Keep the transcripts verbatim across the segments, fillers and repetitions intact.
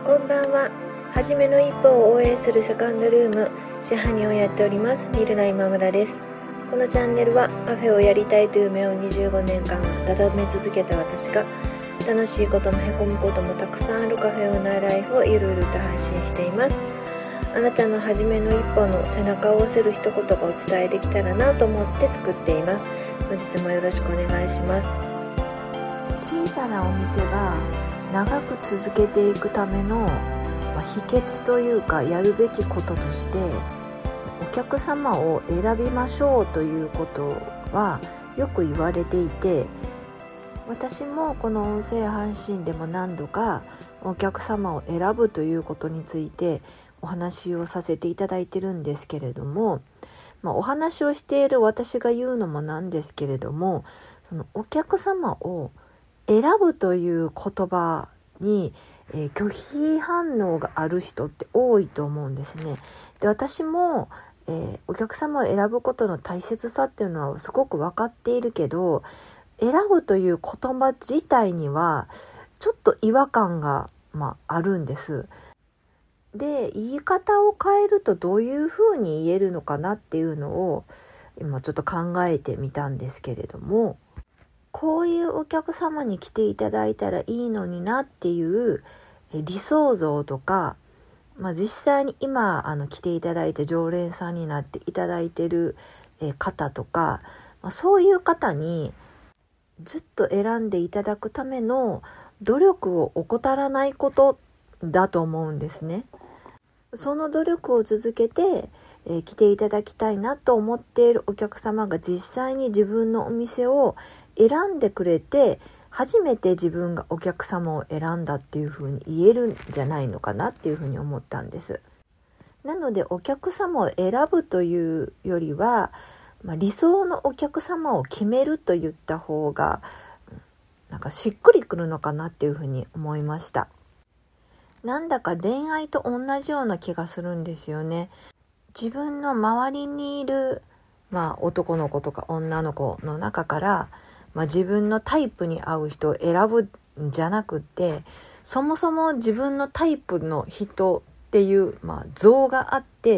こんばんは。はじめの一歩を応援するセカンドルーム支配人をやっておりますミルナ今村です。このチャンネルはカフェをやりたいという夢をにじゅうごねんかん温め続けた私が楽しいこともへこむこともたくさんあるカフェオーナーライフをゆるゆると配信しています。あなたのはじめの一歩の背中を押せる一言がお伝えできたらなと思って作っています。本日もよろしくお願いします。小さなお店が長く続けていくための、まあ、秘訣というかやるべきこととしてお客様を選びましょうということはよく言われていて、私もこの音声配信でも何度かお客様を選ぶということについてお話をさせていただいてるんですけれども、まあ、お話をしている私が言うのもなんですけれども、そのお客様を選ぶという言葉に、えー、拒否反応がある人って多いと思うんですね。で、私も、えー、お客様を選ぶことの大切さっていうのはすごく分かっているけど、選ぶという言葉自体にはちょっと違和感が、まあ、あるんです。で、言い方を変えるとどういうふうに言えるのかなっていうのを今ちょっと考えてみたんですけれども、こういうお客様に来ていただいたらいいのになっていう理想像とか、まあ、実際に今あの来ていただいて常連さんになっていただいている方とか、まあ、そういう方にずっと選んでいただくための努力を怠らないことだと思うんですね。その努力を続けて、えー、来ていただきたいなと思っているお客様が実際に自分のお店を選んでくれて初めて自分がお客様を選んだっていうふうに言えるんじゃないのかなっていうふうに思ったんです。なのでお客様を選ぶというよりは、まあ、理想のお客様を決めると言った方がなんかしっくりくるのかなっていうふうに思いました。なんだか恋愛と同じような気がするんですよね。自分の周りにいる、まあ、男の子とか女の子の中から、まあ、自分のタイプに合う人を選ぶんじゃなくて、そもそも自分のタイプの人っていう、まあ、像があって、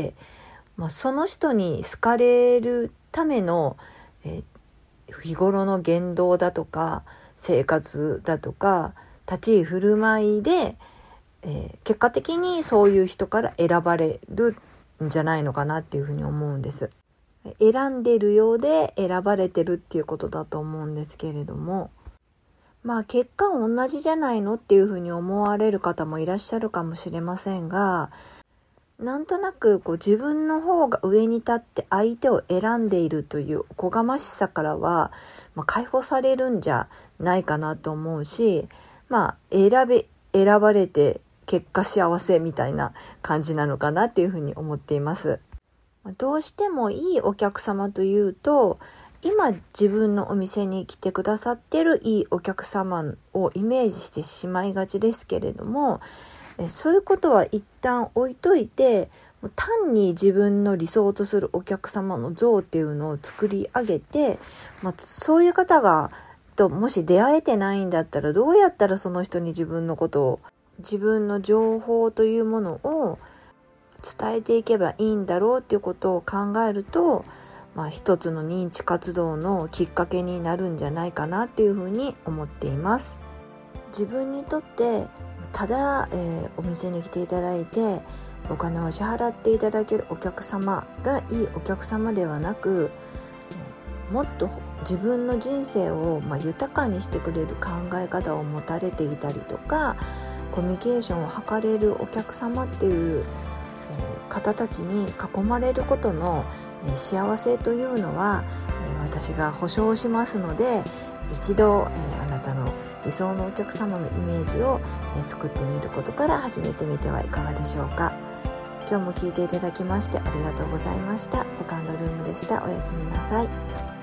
まあ、その人に好かれるための、えー、日頃の言動だとか生活だとか立ち居振る舞いで、えー、結果的にそういう人から選ばれるんじゃないのかなっていうふうに思うんです。選んでるようで選ばれてるっていうことだと思うんですけれども、まあ結果同じじゃないのっていうふうに思われる方もいらっしゃるかもしれませんが、なんとなくこう自分の方が上に立って相手を選んでいるというおこがましさからは、まあ、解放されるんじゃないかなと思うし、まあ選べ選ばれて結果幸せみたいな感じなのかなっていうふうに思っています。どうしてもいいお客様というと、今自分のお店に来てくださっているいいお客様をイメージしてしまいがちですけれども、そういうことは一旦置いといて、単に自分の理想とするお客様の像っていうのを作り上げて、まあ、そういう方がともし出会えてないんだったら、どうやったらその人に自分のことを、自分の情報というものを伝えていけばいいんだろうっていうことを考えると、まあ、一つの認知活動のきっかけになるんじゃないかなっていうふうに思っています。自分にとってただ、えー、お店に来ていただいてお金を支払っていただけるお客様がいいお客様ではなく、えー、もっと自分の人生を、まあ、豊かにしてくれる考え方を持たれていたりとか、コミュニケーションを図れるお客様っていう、えー、方たちに囲まれることの、えー、幸せというのは、えー、私が保証しますので、一度、えー、あなたの理想のお客様のイメージを、えー、作ってみることから始めてみてはいかがでしょうか。今日も聞いていただきましてありがとうございました。セカンドルームでした。おやすみなさい。